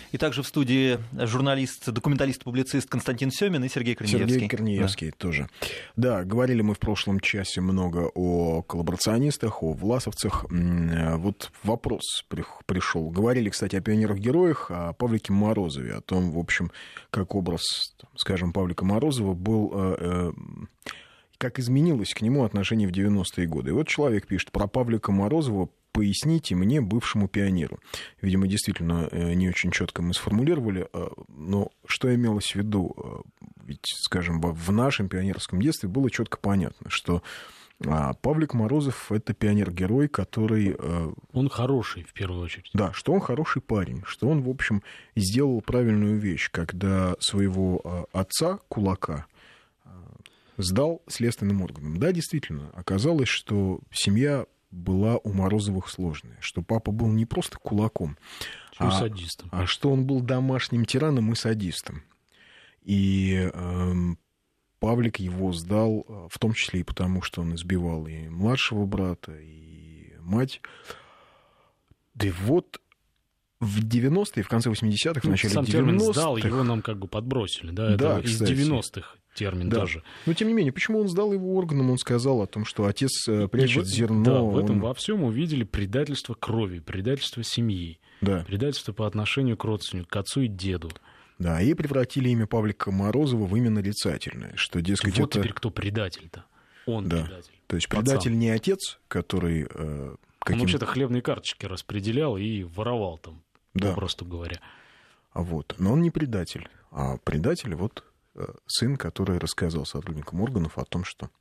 И также в студии журналист, документалист, публицист Константин Семин и Сергей Корнеевский. Сергей Корнеевский тоже. Да, говорили мы в прошлом часе много о коллаборационистах, о власовцах. Вот вопрос пришел. Говорили, кстати, о пионерах-героях, о Павлике Морозове, о том, в общем, как образ, скажем, Павлика Морозова был... как изменилось к нему отношение в 90-е годы. И вот человек пишет: про Павлика Морозова поясните мне, бывшему пионеру. Видимо, действительно, не очень четко мы сформулировали, но что имелось в виду? Ведь, скажем, в нашем пионерском детстве было четко понятно, что Павлик Морозов — это пионер-герой, который... Он хороший, в первую очередь. Да, что он хороший парень, что он, в общем, сделал правильную вещь, когда своего отца, кулака, сдал следственным органам. Да, действительно, оказалось, что семья была у Морозовых сложная, что папа был не просто кулаком, садистом, а что он был домашним тираном и садистом. И Павлик его сдал, в том числе и потому, что он избивал и младшего брата, и мать. Да и вот в 90-е, в конце 80-х, в начале 90-х... Сам термин «сдал», его нам как бы подбросили. Да, это из 90-х. Термин тоже. Но, тем не менее, почему он сдал его органам? Он сказал о том, что отец прячет зерно. Да, в этом во всем увидели предательство крови, предательство семьи, предательство по отношению к родственнику, к отцу и деду. Да, и превратили имя Павлика Морозова в имя нарицательное, что, дескать, вот теперь кто предатель-то? Он предатель. То есть предатель не отец, который... Он вообще-то хлебные карточки распределял и воровал там, попросту говоря. Вот. Но он не предатель, а предатель вот... сын, который рассказал сотрудникам органов о том, что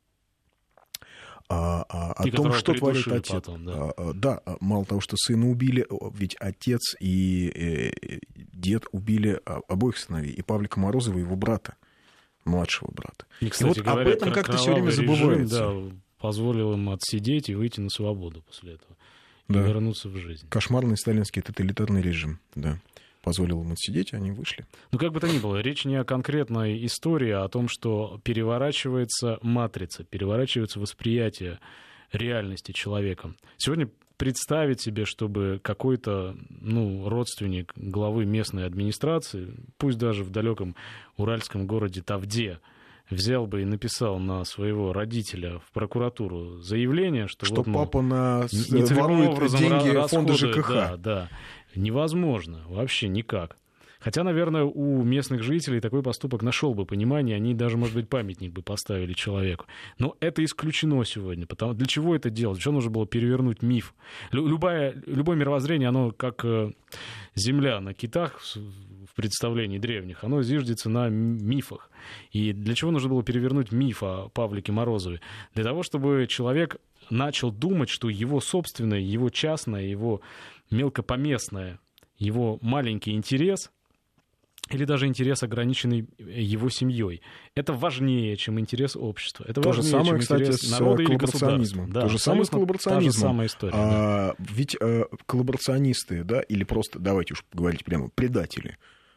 что творит отец. Потом, мало того, что сына убили, ведь отец и дед убили обоих сыновей, и Павлика Морозова, и его брата, младшего брата. И, кстати, говоря, об этом как-то все время забывается. Режим, позволил им отсидеть и выйти на свободу после этого. И вернуться в жизнь. Кошмарный сталинский тоталитарный режим, позволил им отсидеть, и они вышли. Ну, как бы то ни было, речь не о конкретной истории, а о том, что переворачивается матрица, переворачивается восприятие реальности человеком. Сегодня представить себе, чтобы какой-то родственник главы местной администрации, пусть даже в далеком уральском городе Тавде, взял бы и написал на своего родителя в прокуратуру заявление, что папа ворует деньги фонда ЖКХ. Да. Невозможно, вообще никак. Хотя, наверное, у местных жителей такой поступок нашел бы понимание, они даже, может быть, памятник бы поставили человеку. Но это исключено сегодня. Для чего это делать? Что нужно было перевернуть миф? Любое мировоззрение, оно как земля на китах в представлении древних, оно зиждется на мифах. И для чего нужно было перевернуть миф о Павлике Морозове? Для того, чтобы человек начал думать, что его собственное, его частное, его мелкопоместное, его маленький интерес или даже интерес, ограниченный его семьей, это важнее, чем интерес общества. Это то же самое, кстати, с коллаборационизмом. Да, то же самое с коллаборационизмом. Та же самая история. Ведь коллаборационисты, или просто, давайте уж говорить прямо, предатели,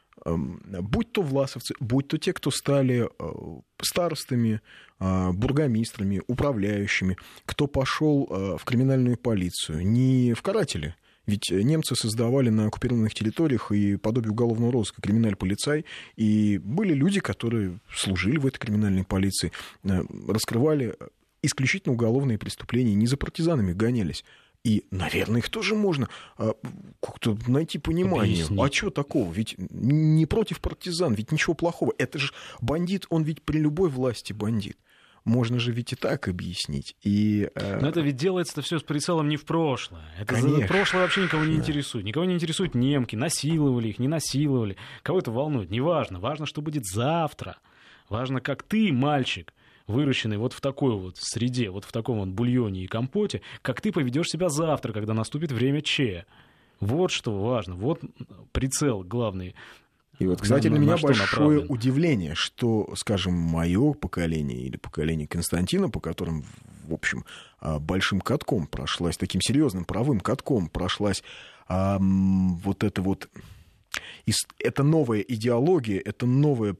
будь то власовцы, будь то те, кто стали старостами, бургомистрами, управляющими, кто пошел в криминальную полицию, не в каратели. Ведь немцы создавали на оккупированных территориях и подобие уголовного розыска криминаль-полицай, и были люди, которые служили в этой криминальной полиции, раскрывали исключительно уголовные преступления, не за партизанами гонялись. И, наверное, их тоже можно как-то найти понимание. Объяснить. А чего такого? Ведь не против партизан, ведь ничего плохого. Это же бандит, он ведь при любой власти бандит. Можно же ведь и так объяснить. Но это ведь делается-то все с прицелом не в прошлое. Прошлое вообще никого не интересует. Никого не интересуют немки, насиловали их, не насиловали. Кого это волнует? Неважно. Важно, что будет завтра. Важно, как ты, мальчик, выращенный вот в такой вот среде, вот в таком вот бульоне и компоте, как ты поведешь себя завтра, когда наступит время Че. Вот что важно. Вот прицел главный. И вот, кстати, для меня большое удивление, что, скажем, мое поколение или поколение Константина, по которым, в общем, большим катком прошлась, таким серьезным правым катком прошлась вот эта вот... Это новая идеология, это новое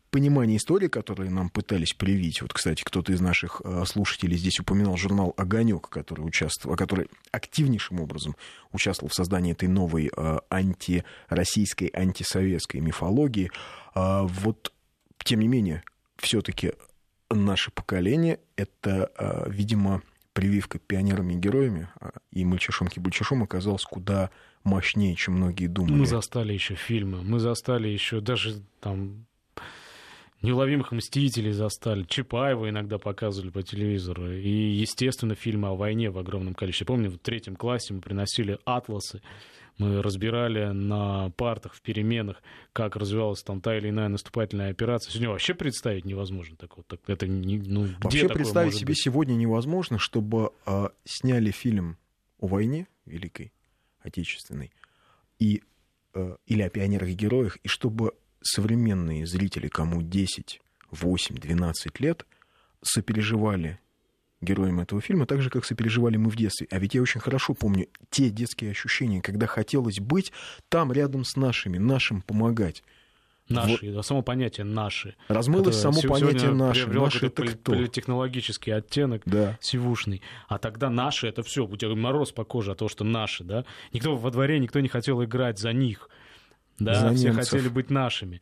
понимание истории, которое нам пытались привить. Вот, кстати, кто-то из наших слушателей здесь упоминал журнал «Огонек», который активнейшим образом участвовал в создании этой новой антироссийской, антисоветской мифологии. Вот, тем не менее, все-таки наше поколение — это, видимо, прививка пионерами и героями, и мальчишонки-бульчишом оказалась куда мощнее, чем многие думали. Мы застали еще фильмы, мы застали еще даже там «Неуловимых мстителей» застали, Чапаева иногда показывали по телевизору, и, естественно, фильмы о войне в огромном количестве. Помню, в 3 классе мы приносили атласы, мы разбирали на партах в переменах, как развивалась там та или иная наступательная операция. Сегодня вообще представить невозможно такого. Это вообще представить себе сегодня невозможно, чтобы сняли фильм о войне Великой Отечественной или о пионерах и героях, и чтобы современные зрители, кому 10, 8, 12 лет, сопереживали героям этого фильма, так же, как сопереживали мы в детстве. А ведь я очень хорошо помню те детские ощущения, когда хотелось быть там рядом с нашим помогать. Наши, вот. Само понятие «наши». Размылось само понятие «наши». Наши — это кто? Политтехнологический оттенок, да. Сивушный. А тогда «наши» — это все. У тебя мороз по коже от того, что «наши». Да? Никто во дворе, никто не хотел играть за них. Да, все хотели быть нашими.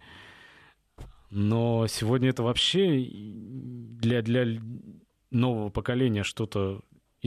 Но сегодня это вообще для нового поколения что-то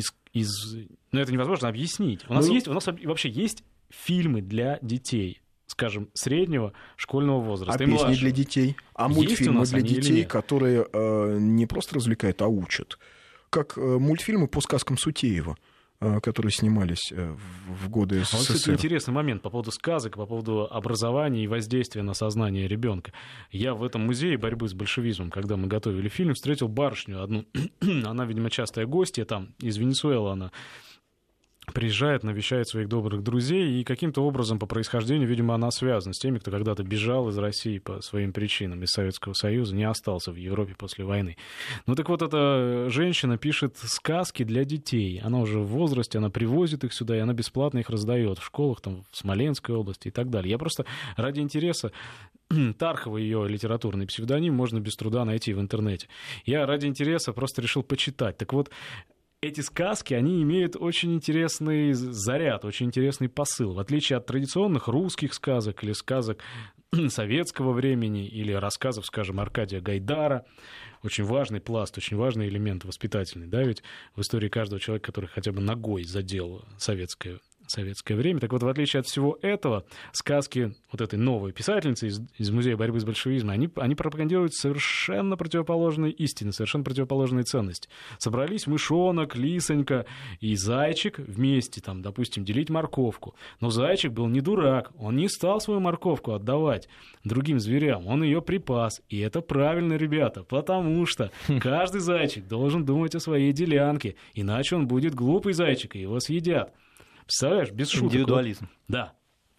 Ну, это невозможно объяснить. У нас вообще есть фильмы для детей, скажем, среднего школьного возраста. А песни для детей? А мультфильмы для детей, которые не просто развлекают, а учат? Как мультфильмы по сказкам Сутеева, которые снимались в годы СССР. Вот, кстати, интересный момент по поводу сказок, по поводу образования и воздействия на сознание ребенка. Я в этом музее борьбы с большевизмом, когда мы готовили фильм, встретил барышню одну. Она, видимо, частая гостья там, из Венесуэлы она приезжает, навещает своих добрых друзей, и каким-то образом по происхождению, видимо, она связана с теми, кто когда-то бежал из России по своим причинам, из Советского Союза, не остался в Европе после войны. Ну так вот, эта женщина пишет сказки для детей. Она уже в возрасте, она привозит их сюда, и она бесплатно их раздает в школах, там, в Смоленской области и так далее. Я просто ради интереса, Тархова, ее литературный псевдоним, можно без труда найти в интернете. Я ради интереса просто решил почитать. Так вот, эти сказки, они имеют очень интересный заряд, очень интересный посыл. В отличие от традиционных русских сказок или сказок советского времени, или рассказов, скажем, Аркадия Гайдара, очень важный пласт, очень важный элемент воспитательный, да, ведь в истории каждого человека, который хотя бы ногой задел советское время. Так вот, в отличие от всего этого, сказки вот этой новой писательницы из Музея борьбы с большевизмом, они пропагандируют совершенно противоположные истины, совершенно противоположные ценности. Собрались мышонок, лисонька и зайчик вместе, там, допустим, делить морковку. Но зайчик был не дурак, он не стал свою морковку отдавать другим зверям, он ее припас. И это правильно, ребята, потому что каждый зайчик должен думать о своей делянке, иначе он будет глупый зайчик, и его съедят. Представляешь, без шуток. Индивидуализм. Да.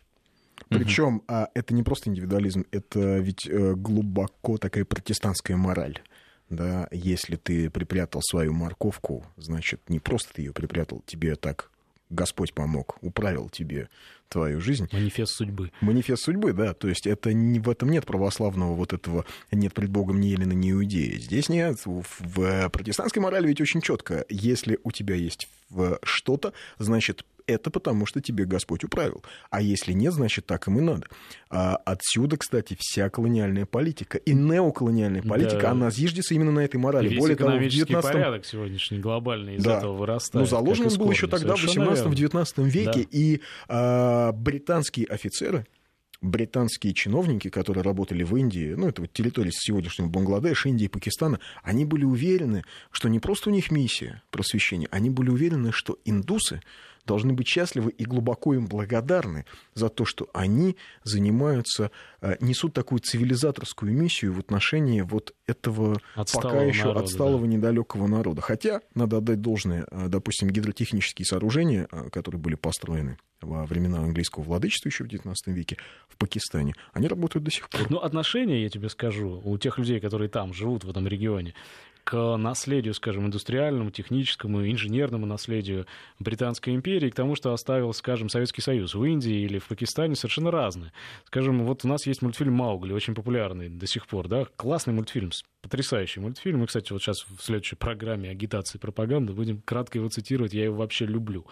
Причем это не просто индивидуализм, это ведь глубоко такая протестантская мораль. Да? Если ты припрятал свою морковку, значит, не просто ты ее припрятал, тебе так Господь помог, управил тебе твою жизнь. Манифест судьбы. Манифест судьбы, да. То есть это в этом нет православного вот этого «нет пред Богом ни Елена, ни Иудея». Здесь нет. В протестантской морали ведь очень четко. Если у тебя есть что-то, значит, это потому, что тебе Господь управил. А если нет, значит, так им и надо. Отсюда, кстати, вся колониальная политика. И неоколониальная политика, да, она зиждется именно на этой морали. И весь более экономический того, порядок сегодняшний глобальный из этого вырастает. Но заложен он был еще тогда, в 18-19 веке. Да. И британские офицеры, британские чиновники, которые работали в Индии, ну, это вот территория сегодняшнего Бангладеш, Индии, Пакистана, они были уверены, что не просто у них миссия просвещения, они были уверены, что индусы должны быть счастливы и глубоко им благодарны за то, что они занимаются, несут такую цивилизаторскую миссию в отношении вот этого пока еще отсталого, недалекого народа. Хотя, надо отдать должное, допустим, гидротехнические сооружения, которые были построены во времена английского владычества еще в XIX веке в Пакистане, они работают до сих пор. Ну, отношения, я тебе скажу, у тех людей, которые там живут, в этом регионе, к наследию, скажем, индустриальному, техническому, инженерному наследию Британской империи, к тому, что оставил, скажем, Советский Союз. В Индии или в Пакистане совершенно разные. Скажем, вот у нас есть мультфильм «Маугли», очень популярный до сих пор, да, классный мультфильм, потрясающий мультфильм. Мы, кстати, вот сейчас в следующей программе агитации и пропаганды будем кратко его цитировать, я его вообще люблю.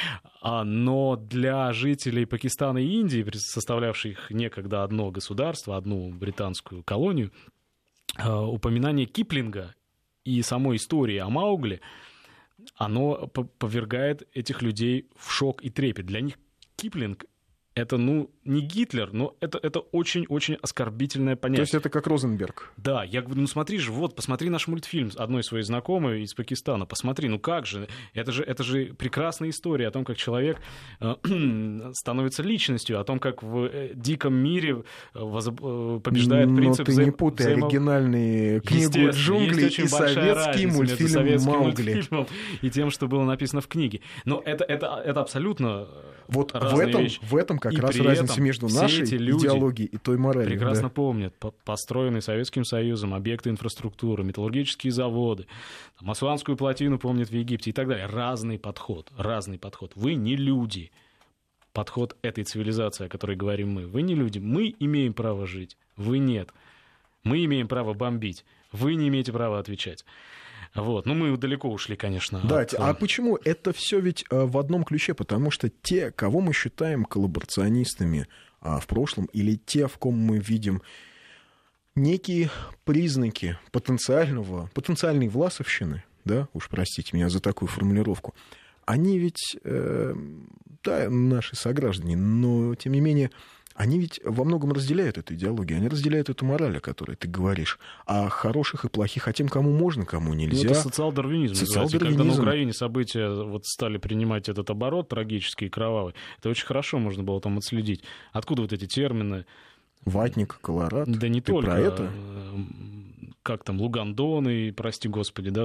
Но для жителей Пакистана и Индии, составлявших некогда одно государство, одну британскую колонию, упоминание Киплинга и самой истории о Маугли, оно повергает этих людей в шок и трепет. Для них Киплинг — это, не Гитлер, но это очень-очень оскорбительное понятие. То есть это как Розенберг. Да, я говорю, смотри же, вот, посмотри наш мультфильм одной своей знакомой из Пакистана, посмотри, как же, это же прекрасная история о том, как человек становится личностью, о том, как в диком мире побеждает принцип Но ты не путай оригинальные книгу «Джунгли» и советский мультфильм «Маугли». И тем, что было написано в книге. Но это абсолютно вот разные вещи. В этом как раз разница между нашей идеологией и той моралью. Прекрасно помнят построенные Советским Союзом объекты инфраструктуры, металлургические заводы, Асуанскую плотину помнят в Египте и так далее. Разный подход. Вы не люди. Подход этой цивилизации, о которой говорим мы. Вы не люди. Мы имеем право жить. Вы нет. Мы имеем право бомбить. Вы не имеете права отвечать. Вот. Мы далеко ушли, конечно. Да, а почему? Это все ведь в одном ключе, потому что те, кого мы считаем коллаборационистами в прошлом, или те, в ком мы видим некие признаки потенциальной власовщины, да, уж простите меня за такую формулировку, они ведь, да, наши сограждане, но, тем не менее, они ведь во многом разделяют эту идеологию, они разделяют эту мораль, о которой ты говоришь, о хороших и плохих, о тем, кому можно, кому нельзя. Это социал-дарвинизм. Когда на Украине события стали принимать этот оборот трагический и кровавый, это очень хорошо можно было там отследить. Откуда вот эти термины? Ватник, колорад. Да не ты только. Про это? Как там, Лугандоны, прости господи, да,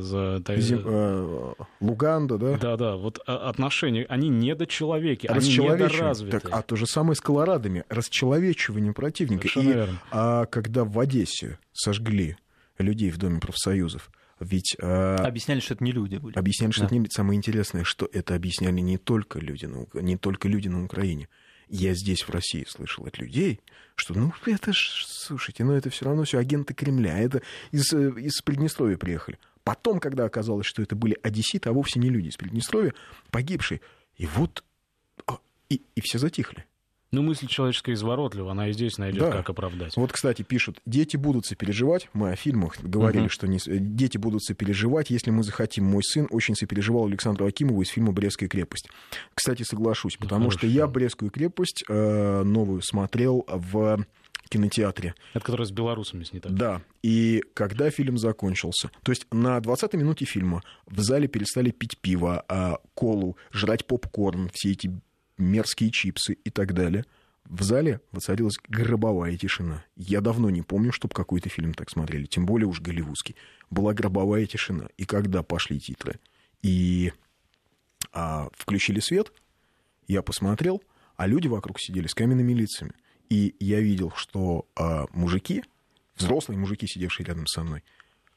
Луганда, да? Да, вот отношения, они недочеловеки, они недоразвиты. Так, а то же самое с колорадами, расчеловечивание противника. Верно. Когда в Одессе сожгли людей в Доме профсоюзов, ведь... Объясняли, что это не люди были. Объясняли, что это не люди. Самое интересное, что это объясняли не только люди на Украине. Я здесь, в России, слышал от людей, что, это ж, слушайте, это все равно все агенты Кремля, это из Приднестровья приехали. Потом, когда оказалось, что это были одесситы, а вовсе не люди из Приднестровья, погибшие, и вот, и все затихли. Мысль человеческая изворотлива, она и здесь найдет, как оправдать. Вот, кстати, пишут, дети будут сопереживать, мы о фильмах говорили, что дети будут сопереживать, если мы захотим. Мой сын очень сопереживал Александру Акимову из фильма «Брестская крепость». Кстати, соглашусь, потому что я «Брестскую крепость» новую смотрел в кинотеатре. Это который с белорусами снята. Да, и когда фильм закончился, то есть на 20-й минуте фильма в зале перестали пить пиво, колу, жрать попкорн, все эти мерзкие чипсы и так далее. В зале воцарилась гробовая тишина. Я давно не помню, чтобы какой-то фильм так смотрели, тем более уж голливудский. Была гробовая тишина. И когда пошли титры и включили свет, я посмотрел, а люди вокруг сидели с каменными лицами. И я видел, что мужики, взрослые мужики, сидевшие рядом со мной,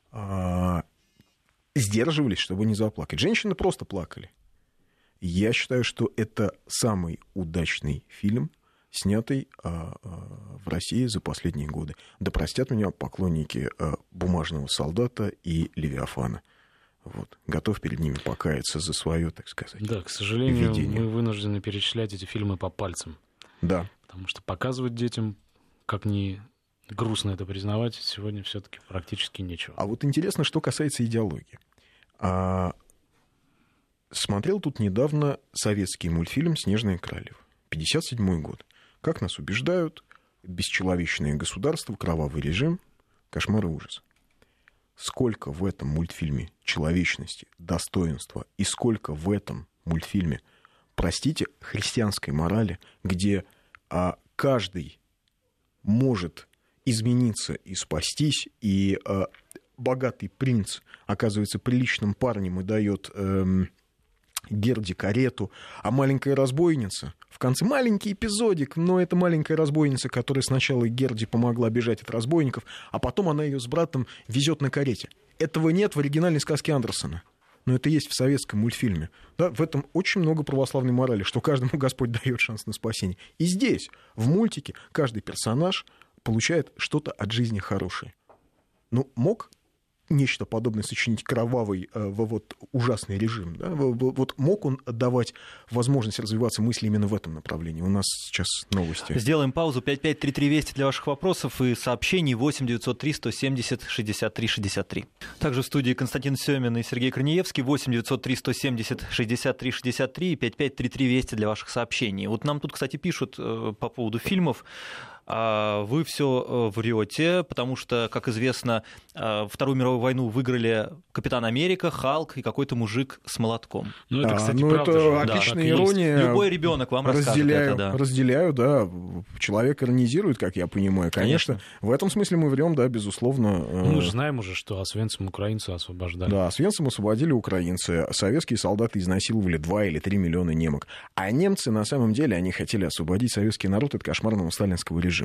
сдерживались, чтобы не заплакать. Женщины просто плакали. Я считаю, что это самый удачный фильм, снятый в России за последние годы. Да простят меня поклонники «Бумажного солдата» и «Левиафана». Вот. Готов перед ними покаяться за свое, так сказать, Да, к сожалению, видение. мы вынуждены перечислять эти фильмы по пальцам. Да. Потому что показывать детям, как ни грустно это признавать, сегодня все-таки практически нечего. А вот интересно, что касается идеологии. Смотрел тут недавно советский мультфильм «Снежная королева». 1957 год. Как нас убеждают, бесчеловечное государство, кровавый режим, кошмар и ужас. Сколько в этом мультфильме человечности, достоинства, и сколько в этом мультфильме, простите, христианской морали, где каждый может измениться и спастись, и богатый принц оказывается приличным парнем и дает Герди карету, а маленькая разбойница в конце маленький эпизодик, но это маленькая разбойница, которая сначала Герди помогла бежать от разбойников, а потом она ее с братом везет на карете. Этого нет в оригинальной сказке Андерсона, но это есть в советском мультфильме. Да, в этом очень много православной морали, что каждому Господь дает шанс на спасение. И здесь, в мультике, каждый персонаж получает что-то от жизни хорошее. Ну, мог нечто подобное сочинить кровавый, вот ужасный режим, да? Вот мог он давать возможность развиваться мысли именно в этом направлении? У нас сейчас новости. Сделаем паузу. 553320 для ваших вопросов и сообщений. 8-903 170 63 63. Также в студии Константин Сёмин и Сергей Корнеевский. 8-903 170 63 63 и 553320 для ваших сообщений. Вот нам тут, кстати, пишут по поводу фильмов. Вы все врете, потому что, как известно, Вторую мировую войну выиграли Капитан Америка, Халк и какой-то мужик с молотком. Ну, это, кстати, ну, правда это же. отличная ирония. Любой ребенок вам расскажет это. Да. Разделяю, да. Человек иронизирует, как я понимаю. Конечно. В этом смысле мы врем, да, безусловно. Ну, мы же знаем уже, что Освенцим украинцы освобождали. Да, Освенцим освободили украинцы. Советские солдаты изнасиловали 2 или 3 миллиона немок. А немцы, на самом деле, они хотели освободить советский народ от кошмарного сталинского режима.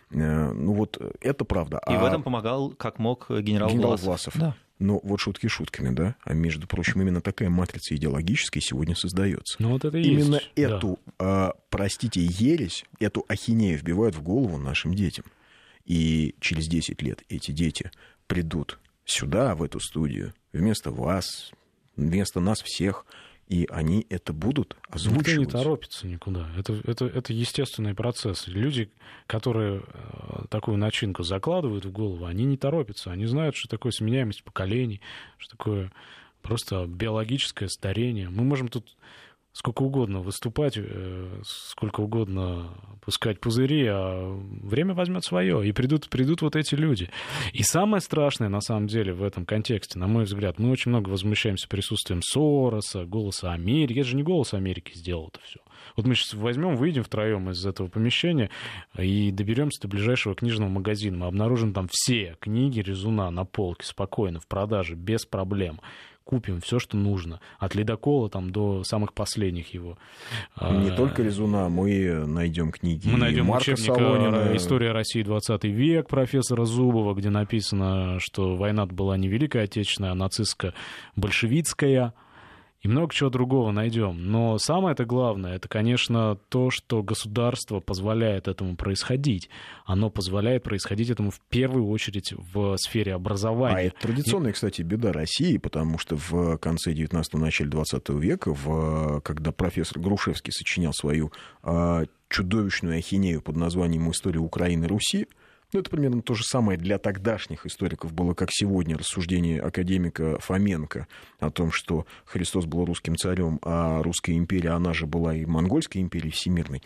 Ну вот это правда. И в этом помогал, как мог, генерал Власов. Да. Но вот шутки шутками, да? А между прочим, именно такая матрица идеологическая сегодня создается. Ну вот это и именно есть. Эту, простите, ересь, эту ахинею вбивают в голову нашим детям. И через 10 лет эти дети придут сюда, в эту студию, вместо вас, вместо нас всех, и они это будут озвучивать. Никто не торопится никуда. Это естественный процесс. Люди, которые такую начинку закладывают в голову, они не торопятся. Они знают, что такое сменяемость поколений, что такое просто биологическое старение. Мы можем тут сколько угодно выступать, сколько угодно пускать пузыри, а время возьмет свое, и придут вот эти люди. И самое страшное, на самом деле, в этом контексте, на мой взгляд, мы очень много возмущаемся присутствием Сороса, Голоса Америки. Это же не Голос Америки сделал это все. Вот мы сейчас выйдем втроем из этого помещения и доберемся до ближайшего книжного магазина. Мы обнаружим там все книги Резуна на полке спокойно, в продаже, без проблем. Купим все, что нужно. От «Ледокола» там, до самых последних его. Не только Резуна, мы найдем книги. Мы найдем Марка учебник Солонина. «История России 20 век» профессора Зубова, где написано, что война была не Великая Отечественная, а нацистско-большевистская. И много чего другого найдем. Но самое-то главное, это, конечно, то, что государство позволяет этому происходить. Оно позволяет происходить этому в первую очередь в сфере образования. А это традиционная, кстати, беда России, потому что в конце 19-го, начале 20 века, когда профессор Грушевский сочинял свою чудовищную ахинею под названием «История Украины и Руси», ну, это примерно то же самое для тогдашних историков было, как сегодня рассуждение академика Фоменко о том, что Христос был русским царем, а русская империя, она же была и монгольской империей всемирной.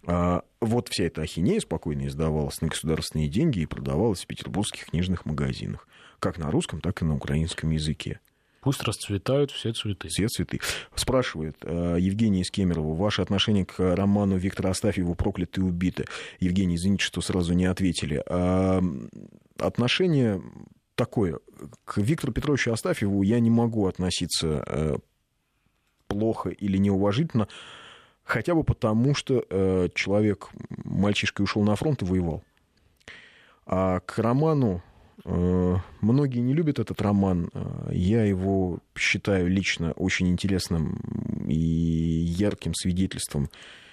Вот вся эта ахинея спокойно издавалась на государственные деньги и продавалась в петербургских книжных магазинах, как на русском, так и на украинском языке. Пусть расцветают все цветы. Все цветы. Спрашивает Евгений из Кемерово. Ваше отношение к роману Виктора Астафьева «Прокляты и убиты». Евгений, извините, что сразу не ответили. Отношение такое. К Виктору Петровичу Астафьеву я не могу относиться плохо или неуважительно, хотя бы потому, что человек мальчишкой ушел на фронт и воевал. А к роману многие не любят этот роман. Я его считаю лично очень интересным и ярким свидетельством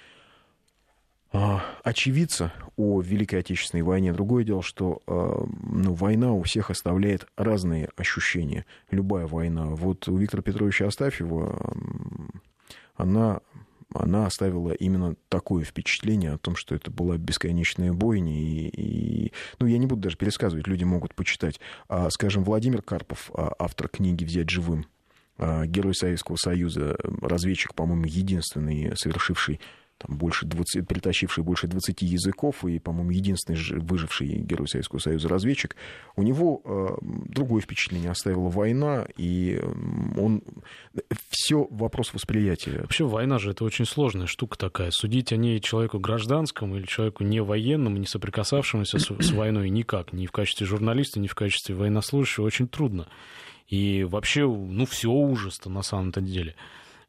очевидца о Великой Отечественной войне. Другое дело, что война у всех оставляет разные ощущения. Любая война. Вот у Виктора Петровича Астафьева она оставила именно такое впечатление о том, что это была бесконечная бойня. Я не буду даже пересказывать, люди могут почитать. Скажем, Владимир Карпов, автор книги «Взять живым», герой Советского Союза, разведчик, по-моему, единственный, совершивший притащивший больше 20 языков и, по-моему, единственный выживший герой Советского Союза разведчик, у него другое впечатление оставила война, и все вопрос восприятия. Вообще война же это очень сложная штука такая. Судить о ней человеку гражданскому или человеку не военному, не соприкасавшемуся с войной никак, ни в качестве журналиста, ни в качестве военнослужащего очень трудно. И вообще, все ужас-то на самом-то деле.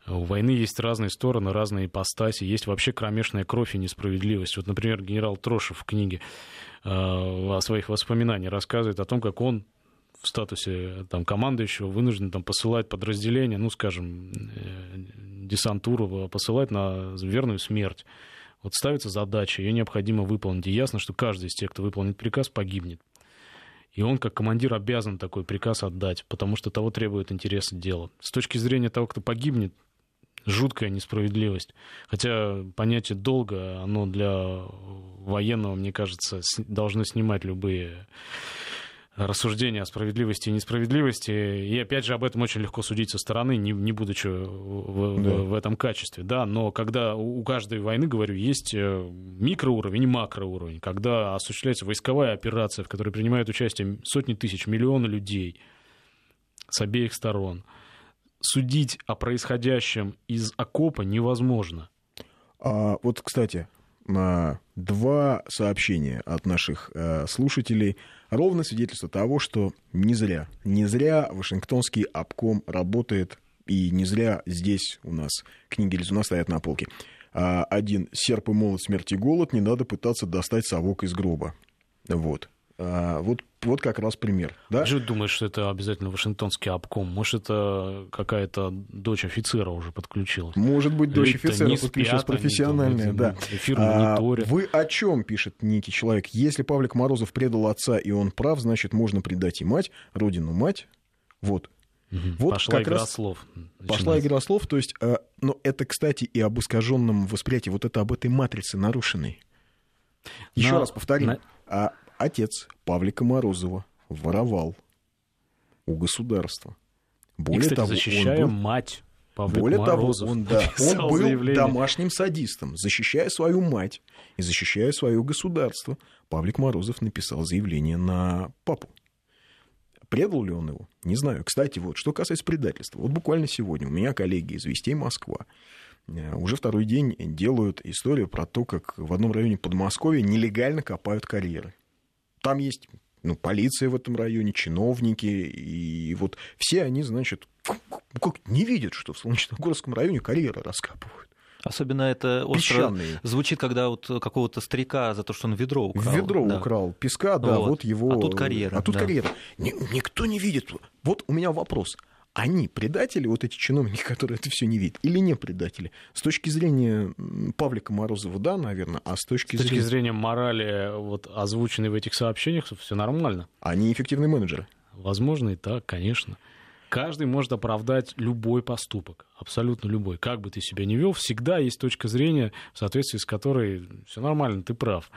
У войны есть разные стороны, разные ипостаси, есть вообще кромешная кровь и несправедливость. Вот, например, генерал Трошев в книге о своих воспоминаниях рассказывает о том, как он в статусе там, командующего вынужден там, посылать подразделения, ну, скажем, десантуру посылать на верную смерть. Вот ставится задача, ее необходимо выполнить. И ясно, что каждый из тех, кто выполнит приказ, погибнет. И он, как командир, обязан такой приказ отдать, потому что того требует интересы дела. С точки зрения того, кто погибнет, жуткая несправедливость. Хотя понятие долга, оно для военного, мне кажется, должно снимать любые рассуждения о справедливости и несправедливости. И опять же, об этом очень легко судить со стороны, не будучи в этом качестве. Да, но когда у каждой войны, говорю, есть микроуровень и макроуровень, когда осуществляется войсковая операция, в которой принимают участие сотни тысяч, миллионы людей с обеих сторон, судить о происходящем из окопа невозможно. Вот, кстати, 2 сообщения от наших слушателей. Ровно свидетельство того, что не зря Вашингтонский обком работает, и не зря здесь у нас книги Лизуна стоят на полке. 1. Серп и молот, смерть и голод, не надо пытаться достать совок из гроба. Вот как раз пример. Да? Же думаешь, что это обязательно Вашингтонский обком? Может, это какая-то дочь офицера уже подключилась? Может быть, дочь офицера подключилась профессиональная, да. Эфир мониторят. Вы о чем, пишет некий человек? Если Павлик Морозов предал отца, и он прав, значит, можно предать и мать, родину мать. Вот. Вот пошла игра слов. Пошла игра слов, то есть, но это, кстати, и об искаженном восприятии, вот это об этой матрице нарушенной. Еще раз повторим. Отец Павлика Морозова воровал у государства. Более кстати, того, защищая мать Павлика Морозова, он был заявление. Домашним садистом. Защищая свою мать и защищая свое государство, Павлик Морозов написал заявление на папу. Предал ли он его? Не знаю. Кстати, вот, что касается предательства. Вот буквально сегодня у меня коллеги из «Вестей Москва» уже второй день делают историю про то, как в одном районе Подмосковья нелегально копают карьеры. Там есть полиция в этом районе, чиновники, и вот все они, значит, не видят, что в Солнечногорском районе карьеры раскапывают. Особенно это остро звучит, когда вот какого-то старика за то, что он ведро украл. Ведро украл песка, да, вот его... А тут карьера. Карьера. Никто не видит. Вот у меня вопрос. Они предатели, вот эти чиновники, которые это все не видят, или не предатели? С точки зрения Павлика Морозова, да, наверное, а с точки зрения морали, вот, озвученной в этих сообщениях, все нормально. Они эффективные менеджеры. Возможно, и так, конечно. Каждый может оправдать любой поступок, абсолютно любой. Как бы ты себя ни вел, всегда есть точка зрения, в соответствии с которой все нормально, ты прав.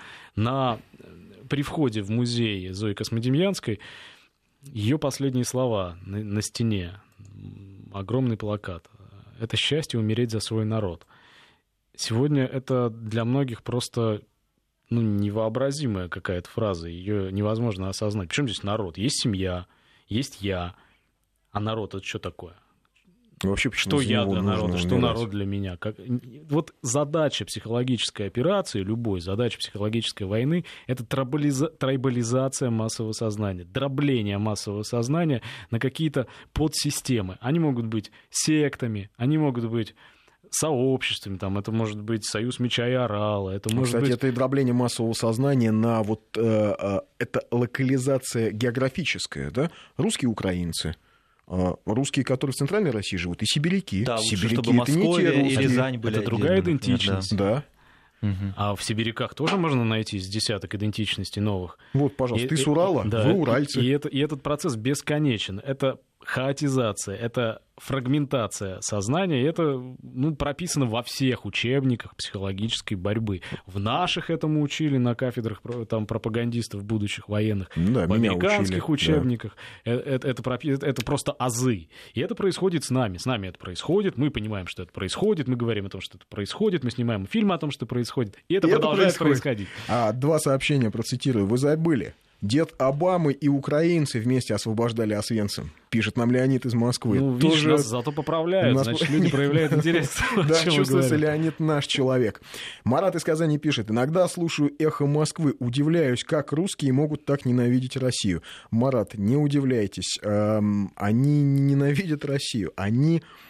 При входе в музей Зои Космодемьянской ее последние слова на стене, огромный плакат. Это счастье умереть за свой народ. Сегодня это для многих просто невообразимая какая-то фраза, ее невозможно осознать. Причем здесь народ? Есть семья, есть я, а народ это что такое? Вообще, что я для народа, что народ для меня. Вот задача психологической операции, любой задача психологической войны, это трайбализация массового сознания, дробление массового сознания на какие-то подсистемы. Они могут быть сектами, они могут быть сообществами, там, это может быть союз меча и орала. Это может Кстати, быть... это и дробление массового сознания на вот это локализация географическая, да? Русские украинцы. Русские, которые в Центральной России живут, и сибиряки. Да, сибиряки чтобы Московия и Рязань были. Это другая идентичность. Да. А в сибиряках тоже можно найти с десяток идентичностей новых. Вот, пожалуйста, ты с Урала, да, вы уральцы. И этот процесс бесконечен. Это хаотизация, это фрагментация сознания, и это прописано во всех учебниках психологической борьбы. В наших этому учили на кафедрах там, пропагандистов будущих военных. Да, в американских учебниках. Да. Это просто азы. И это происходит с нами. С нами это происходит, мы понимаем, что это происходит, мы говорим о том, что это происходит, мы снимаем фильмы о том, что это происходит, и это продолжает происходить. 2 сообщения процитирую. Вы забыли. Дед Обамы и украинцы вместе освобождали Освенцим. Пишет нам Леонид из Москвы. Видишь, нас зато поправляют, значит, люди проявляют интерес. Да, чувствуется, Леонид наш человек. Марат из Казани пишет. Иногда слушаю «Эхо Москвы», удивляюсь, как русские могут так ненавидеть Россию. Марат, не удивляйтесь, они не ненавидят Россию, они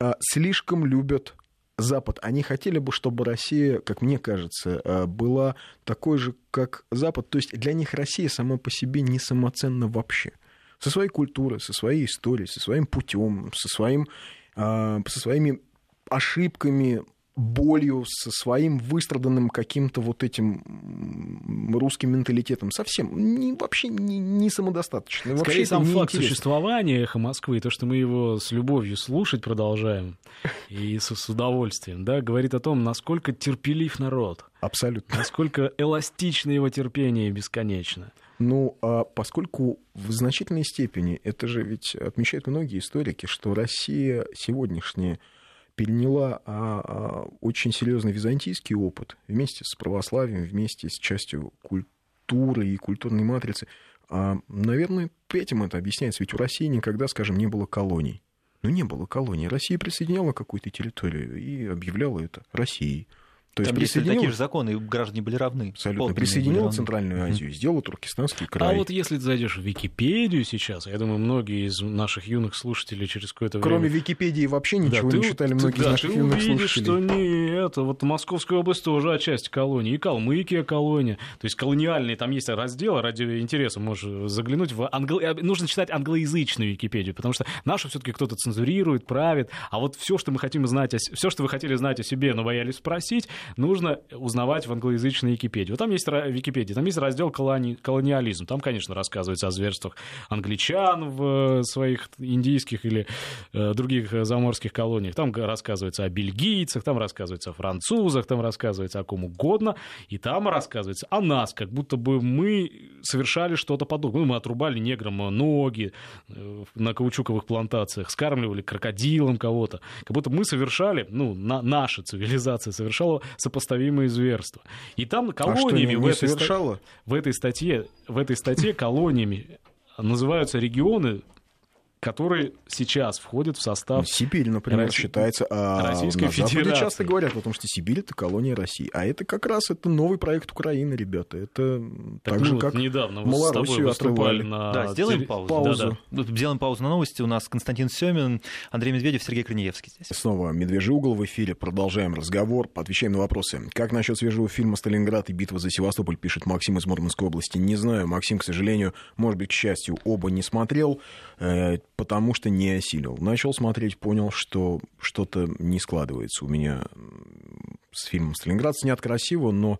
слишком любят Запад. Они хотели бы, чтобы Россия, как мне кажется, была такой же, как Запад. То есть для них Россия сама по себе не самоценна вообще. Со своей культурой, со своей историей, со своим путем, со своими ошибками, болью, со своим выстраданным каким-то вот этим русским менталитетом. Совсем вообще не самодостаточно. Скорее, вообще сам факт интересно. существования «Эхо Москвы», то, что мы его с любовью слушать продолжаем и с удовольствием, да, говорит о том, насколько терпелив народ. Абсолютно. Насколько эластично его терпение бесконечно. Ну, поскольку в значительной степени, это же ведь отмечают многие историки, что Россия сегодняшняя переняла очень серьезный византийский опыт вместе с православием, вместе с частью культуры и культурной матрицы. Наверное, этим это объясняется. Ведь у России никогда, скажем, не было колоний. Ну, не было колоний. Россия присоединяла какую-то территорию и объявляла это Россией. То Там есть действовали такие же законы, и граждане были равны. Абсолютно. Присоединила Центральную Азию, сделала Туркестанский край. А вот если ты зайдешь в Википедию сейчас, я думаю, многие из наших юных слушателей через какое-то время... Кроме Википедии вообще ничего не читали многие из наших юных слушателей. Ты увидишь, что нет, вот Московская область тоже отчасти колония, и Калмыкия колония. То есть колониальные, там есть разделы, ради интереса можешь заглянуть. Нужно читать англоязычную Википедию, потому что нашу все-таки кто-то цензурирует, правит. А вот все, что мы хотим знать, все, что вы хотели знать о себе, но боялись спросить, нужно узнавать в англоязычной Википедии. Вот там есть Википедия, там есть раздел колониализм. Там, конечно, рассказывается о зверствах англичан в своих индийских или других заморских колониях. Там рассказывается о бельгийцах, там рассказывается о французах, там рассказывается о ком угодно. И там рассказывается о нас, как будто бы мы совершали что-то подобное. Мы отрубали неграм ноги на каучуковых плантациях, скармливали крокодилам кого-то. Как будто мы совершали, наша цивилизация совершала сопоставимые зверства. И там колониями в этой статье колониями называются регионы, которые сейчас входят в состав... Сибирь, например, считается... Российской Федерации. На Западе часто говорят, потому что Сибирь — это колония России. А это как раз новый проект Украины, ребята. Это так же, как недавно Малоруссию отрывали. Да, сделаем паузу. Сделаем паузу на новости. У нас Константин Семин, Андрей Медведев, Сергей Корнеевский здесь. Снова «Медвежий угол» в эфире. Продолжаем разговор. Отвечаем на вопросы. Как насчет свежего фильма «Сталинград» и «Битва за Севастополь», пишет Максим из Мурманской области. Не знаю. Максим, к сожалению, может быть, к счастью, оба не смотрел, потому что не осилил. Начал смотреть, понял, что что-то не складывается у меня с фильмом «Сталинград». Снят красиво, но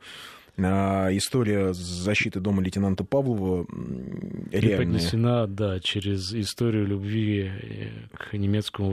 история защиты дома лейтенанта Павлова реальная. Преподнесена, да, через историю любви к немецкому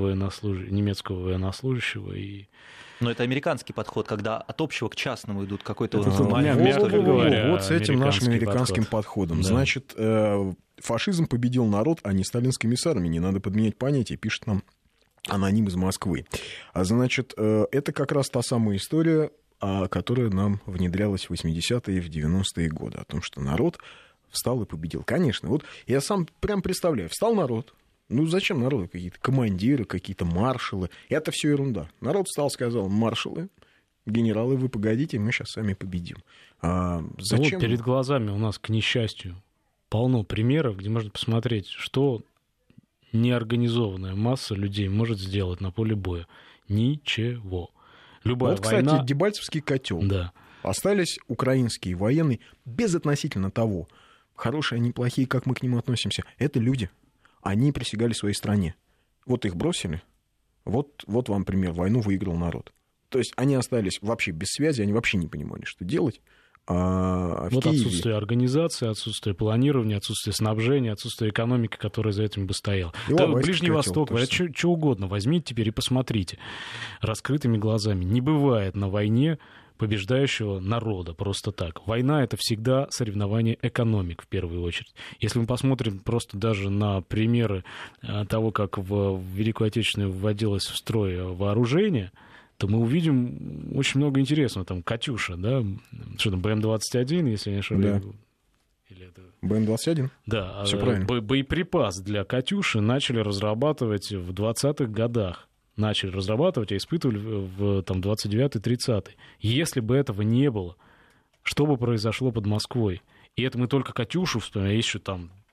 военнослужащего. Но это американский подход, когда от общего к частному идут какой-то... мягко говоря, вот с этим нашим американским подходом. Да. Значит, фашизм победил народ, а не сталинскими эмиссарами. Не надо подменять понятие, пишет нам аноним из Москвы. Значит, это как раз та самая история, которая нам внедрялась в 80-е и в 90-е годы. О том, что народ встал и победил. Конечно, вот я сам прям представляю. Встал народ. Ну, зачем народу? Какие-то командиры, какие-то маршалы. Это все ерунда. Народ встал, сказал: маршалы, генералы, вы погодите, мы сейчас сами победим. Зачем? Вот перед глазами у нас, к несчастью, полно примеров, где можно посмотреть, что неорганизованная масса людей может сделать на поле боя. Ничего. Любая вот, война... кстати, Дебальцевский котел. Да. Остались украинские военные, безотносительно того, хорошие они, плохие, как мы к ним относимся. Это люди. Они присягали своей стране. Вот их бросили. Вот вам пример. Войну выиграл народ. То есть они остались вообще без связи, они вообще не понимали, что делать. Вот Киеве... отсутствие организации, отсутствие планирования, отсутствие снабжения, отсутствие экономики, которая за этим бы стояла. Ближний Восток, говорят, что угодно, возьмите теперь и посмотрите раскрытыми глазами. Не бывает на войне побеждающего народа просто так. Война — это всегда соревнование экономик в первую очередь. Если мы посмотрим просто даже на примеры того, как в Великую Отечественную вводилось в строй вооружение, то мы увидим очень много интересного. Там «Катюша», да, что там, БМ-21, если я не ошибаюсь. Да. БМ-21? Да. Всё правильно. Боеприпас для «Катюши» начали разрабатывать в 20-х годах. Начали разрабатывать, а испытывали в 29-30-й. Если бы этого не было, что бы произошло под Москвой? И это мы только «Катюшу» вспоминаем, есть еще там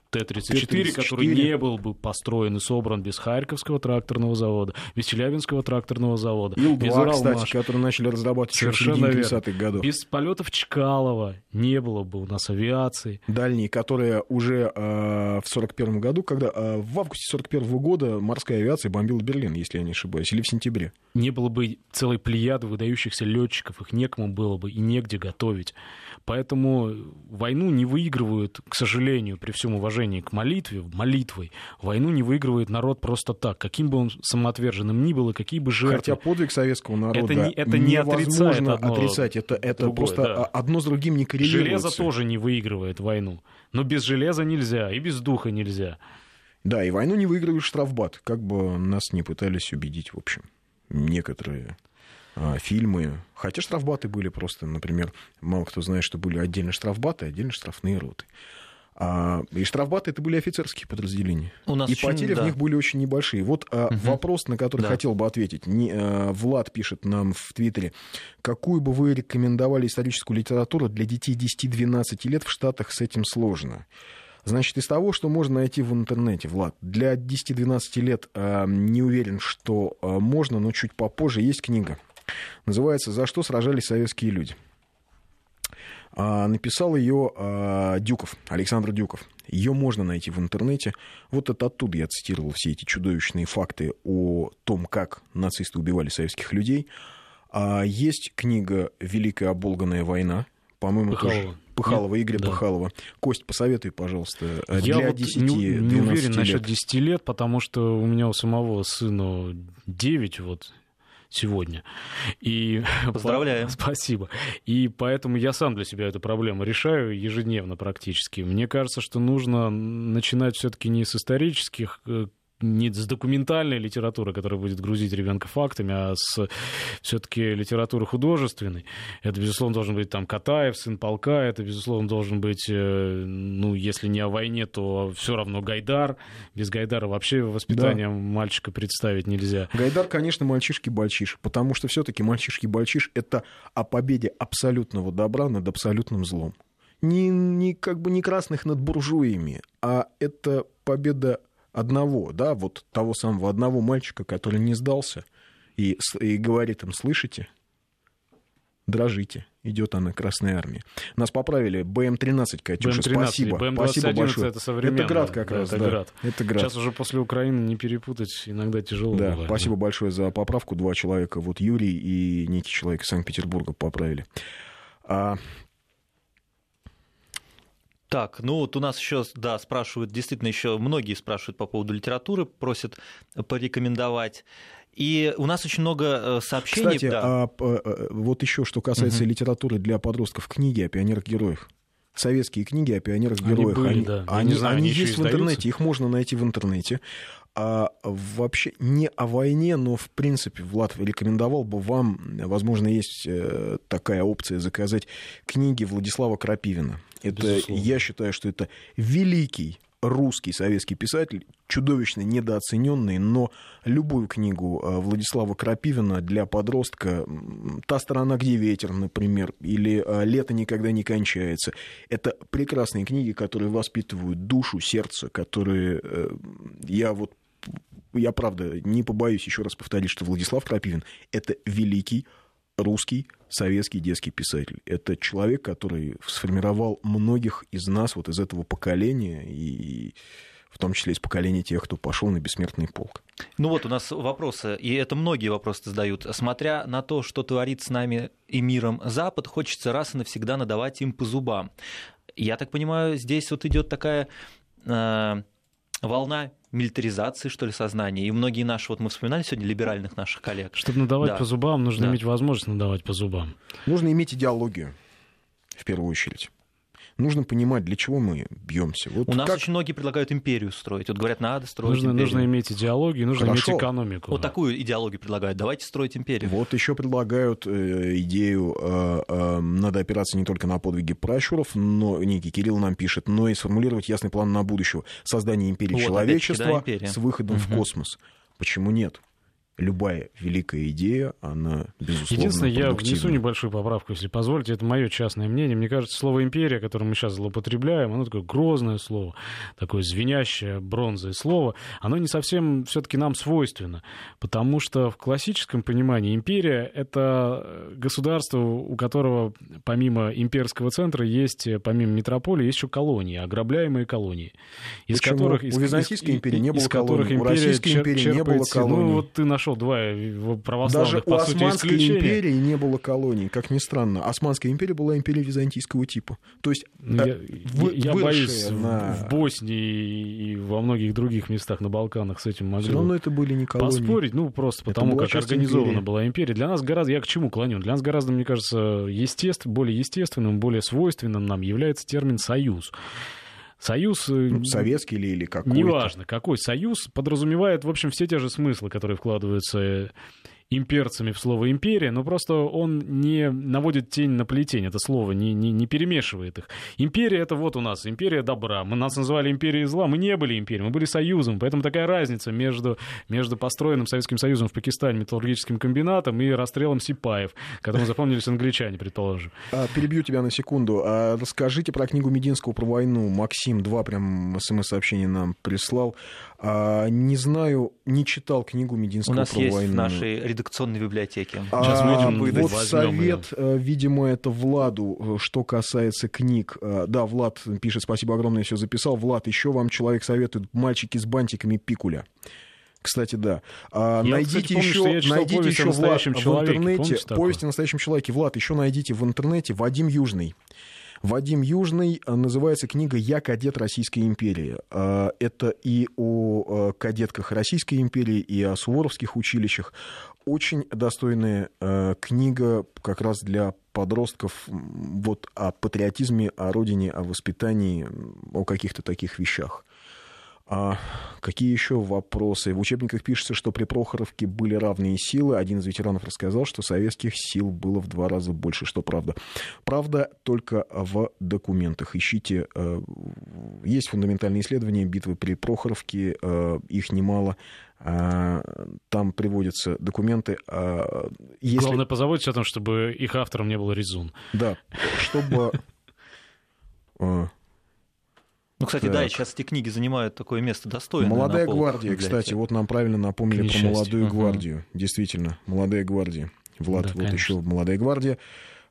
Т-34, который не был бы построен и собран без Харьковского тракторного завода, без Челябинского тракторного завода, без Ил-2, Уралмаш. кстати, который начали разрабатывать еще в Совершенно середине верно. 30-х годов. Без полетов Чкалова не было бы у нас авиации. Дальние, которые уже в 1941 году, когда в августе 1941 года морская авиация бомбила Берлин, если я не ошибаюсь, или в сентябре. Не было бы целой плеяды выдающихся летчиков, их некому было бы и негде готовить. Поэтому войну не выигрывают, к сожалению, при всем уважении к молитвой, войну не выигрывает народ просто так, каким бы он самоотверженным ни был и какие бы жертвы. Хотя подвиг советского народа это не невозможно отрицать. Это другое, просто да. одно с другим не коррелируется. Железо тоже не выигрывает войну. Но без железа нельзя, и без духа нельзя. Да, и войну не выигрывает штрафбат, как бы нас не пытались убедить, в общем, некоторые фильмы. Хотя штрафбаты были просто, например, мало кто знает, что были отдельно штрафбаты, отдельно штрафные роты. И штрафбаты — это были офицерские подразделения. И потери в них были очень небольшие. Вот вопрос, на который хотел бы ответить. Влад пишет нам в Твиттере. Какую бы вы рекомендовали историческую литературу для детей 10-12 лет в Штатах? С этим сложно. Значит, из того, что можно найти в интернете, Влад, для 10-12 лет не уверен, что можно, но чуть попозже есть книга. Называется «За что сражались советские люди». Написал ее Дюков, Александр Дюков. Ее можно найти в интернете. Вот это оттуда я цитировал все эти чудовищные факты о том, как нацисты убивали советских людей. Есть книга «Великая оболганная война». По-моему, Пыхалова, Игоря Пыхалова. Кость, посоветуй, пожалуйста, я для вот 10-12 не уверен лет. насчет 10 лет, потому что у меня у самого сына 9 вот сегодня. И поздравляю. Спасибо. И поэтому я сам для себя эту проблему решаю ежедневно практически. Мне кажется, что нужно начинать все-таки не с исторических, не с документальной литературы, которая будет грузить ребенка фактами, а с все-таки литературы художественной. Это, безусловно, должен быть там Катаев, сын полка, это, безусловно, должен быть, ну, если не о войне, то все равно Гайдар. Без Гайдара вообще воспитание мальчика представить нельзя. Гайдар, конечно, мальчишки-бальчиш, потому что все-таки мальчишки-бальчиш — это о победе абсолютного добра над абсолютным злом. Не как бы не красных над буржуями, а это победа одного, да, вот того самого одного мальчика, который не сдался, и говорит им: слышите, дрожите, идет она, Красная Армия. Нас поправили, БМ-13, Катюша, спасибо. Спасибо большое. Это современно. Это Град как раз, это да. Град. Это Град. Сейчас уже после Украины не перепутать иногда тяжело. Да, бывает. спасибо большое за поправку. 2 человека, вот Юрий и некий человек из Санкт-Петербурга поправили. Так, ну вот у нас еще, да, спрашивают, действительно, еще многие спрашивают по поводу литературы, просят порекомендовать. И у нас очень много сообщений. Кстати, да. Вот еще что касается литературы для подростков, книги о пионерах-героях. Советские книги о пионерах-героях. Они есть в интернете, их можно найти в интернете. Вообще не о войне, но в принципе, Влад, рекомендовал бы вам, возможно, есть такая опция, заказать книги Владислава Крапивина. Я считаю, что это великий русский советский писатель, чудовищно недооцененный, но любую книгу Владислава Крапивина для подростка, «Та сторона, где ветер», например, или «Лето никогда не кончается», это прекрасные книги, которые воспитывают душу, сердце, которые я правда не побоюсь еще раз повторить, что Владислав Крапивин — это великий русский советский детский писатель. Это человек, который сформировал многих из нас, вот из этого поколения, и в том числе из поколения тех, кто пошел на бессмертный полк. Ну вот у нас вопросы, и это многие вопросы задают. Смотря на то, что творит с нами и миром Запад, хочется раз и навсегда надавать им по зубам. Я так понимаю, здесь вот идет такая волна милитаризации, что ли, сознания. И многие наши, вот мы вспоминали сегодня либеральных наших коллег. Чтобы надавать по зубам, нужно иметь возможность надавать по зубам. Нужно иметь идеологию, в первую очередь. Нужно понимать, для чего мы бьемся. Вот у нас очень многие предлагают империю строить. Вот говорят, надо строить империю. Нужно иметь идеологию, нужно иметь экономику. Вот такую идеологию предлагают. Давайте строить империю. Вот еще предлагают идею, надо опираться не только на подвиги пращуров, но некий Кирилл нам пишет, но и сформулировать ясный план на будущее. Создание империи человечества с выходом в космос. Почему нет? любая великая идея, она, безусловно, единственное, я продуктивна. внесу небольшую поправку, если позволите. Это мое частное мнение. Мне кажется, слово «империя», которым мы сейчас злоупотребляем, оно такое грозное слово, такое звенящее бронзой слово. Оно не совсем все-таки нам свойственно. Потому что в классическом понимании империя — это государство, у которого помимо имперского центра есть, помимо метрополии, есть еще колонии, ограбляемые колонии. Из Почему? которых, У Византийской империи не было из которых колоний, у Российской империи не было колоний. Ну, вот ты нашел два православных, Даже у по сути, Османской исключения. империи не было колоний, как ни странно. Османская империя была империей византийского типа. То есть Я боюсь, на... в Боснии и во многих других местах на Балканах с этим могли Все равно это были не колонии. поспорить, ну, просто потому, была как часть организована империи. была империя. Для нас гораздо, я к чему клоню? Для нас гораздо, мне кажется, более естественным, более свойственным нам является термин «союз». Союз... Советский или какой-то. Неважно, какой союз подразумевает, в общем, все те же смыслы, которые вкладываются имперцами в слово «империя», но просто он не наводит тень на плетень, это слово не перемешивает их. Империя — это вот у нас империя добра. Нас называли империей зла, мы не были империей, мы были союзом. Поэтому такая разница между построенным Советским Союзом в Пакистане металлургическим комбинатом и расстрелом сипаев, которому запомнились англичане, предположим. Перебью тебя на секунду. Расскажите про книгу Мединского про войну. Максим 2 прям СМС-сообщение нам прислал. Не знаю, не читал книгу Мединского про войну. У нас есть в нашей редакционной библиотеке. Сейчас мы идем, вот возьмем совет, видимо, это Владу, что касается книг. Да, Влад пишет, спасибо огромное, все записал. Влад, еще вам человек советует «Мальчики с бантиками» Пикуля. Кстати, да. Найдите еще, Влад, в интернете «Повесть о настоящем человеке». Влад, еще найдите в интернете Вадим Южный. Вадим Южный, называется книга «Я кадет Российской империи». Это и о кадетках Российской империи, и о суворовских училищах. Очень достойная книга как раз для подростков вот о патриотизме, о родине, о воспитании, о каких-то таких вещах. Какие еще вопросы? В учебниках пишется, что при Прохоровке были равные силы. Один из ветеранов рассказал, что советских сил было в 2 раза больше. Что правда? Правда только в документах. Ищите. Есть фундаментальные исследования битвы при Прохоровке. Их немало. Там приводятся документы. Если... Главное, позаботьтесь о том, чтобы их автором не был резун. Да, чтобы... Ну, кстати, так. Да, и сейчас эти книги занимают такое место достойное. «Молодая гвардия», кстати, вот нам правильно напомнили про «Молодую гвардию». Действительно, «Молодая гвардия». Влад, да, вот конечно. Еще «Молодая гвардия».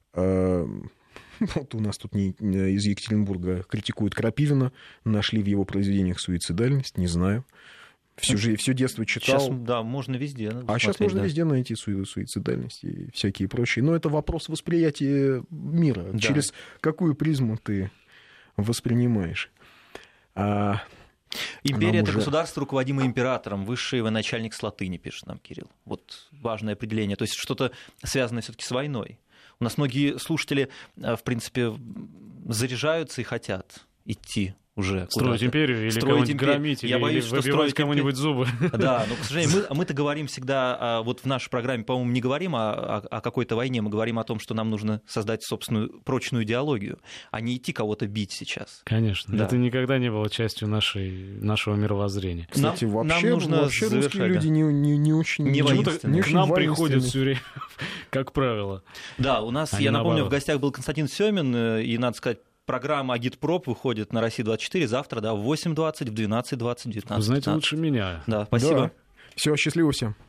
Вот у нас тут из Екатеринбурга критикуют Крапивина. Нашли в его произведениях суицидальность, не знаю. Все детство читал. Сейчас, да, можно везде. Сейчас можно везде найти суицидальность и всякие прочие. Но это вопрос восприятия мира. Да. Через какую призму ты воспринимаешь. Империя — это государство, руководимое императором, высший военачальник с латыни, пишет нам Кирилл. Вот важное определение. То есть что-то связанное все-таки с войной. У нас многие слушатели, в принципе, заряжаются и хотят идти уже строить империю или кого-нибудь громить, или выбивать кому-нибудь зубы. Да, но, к сожалению, мы-то говорим всегда, вот в нашей программе, по-моему, не говорим о какой-то войне, мы говорим о том, что нам нужно создать собственную прочную идеологию, а не идти кого-то бить сейчас. Конечно, да. Это никогда не было частью нашего мировоззрения. Кстати, вообще русские люди не очень... К нам приходят все время, как правило. Да, у нас, я напомню, в гостях был Константин Семин, и, надо сказать, программа «Агитпроп» выходит на России-24 завтра, да, в 8:20, в 12:20, в 19:15. Вы знаете лучше меня. Да, спасибо. Да. Все, счастливо всем.